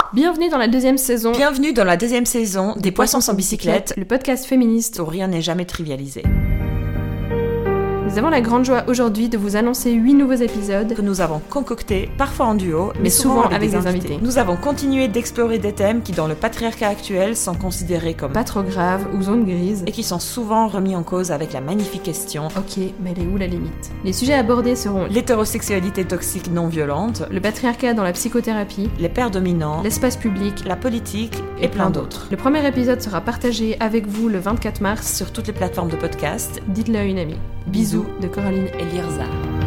Bienvenue dans la deuxième saison. Bienvenue dans la deuxième saison des Poissons sans bicyclette, le podcast féministe où rien n'est jamais trivialisé. Nous avons la grande joie aujourd'hui de vous annoncer 8 nouveaux épisodes Que nous avons concoctés, parfois en duo, mais souvent avec des invités. Nous avons continué d'explorer des thèmes qui, dans le patriarcat actuel, sont considérés comme pas trop graves ou zones grises et qui sont souvent remis en cause avec la magnifique question ok, mais elle est où la limite? Les sujets abordés seront l'hétérosexualité toxique non violente, le patriarcat dans la psychothérapie, les pères dominants, l'espace public, la politique et plein d'autres. Le premier épisode sera partagé avec vous le 24 mars Sur toutes les plateformes de podcast. Dites-le à une amie. Bisous de Coraline et Lirza.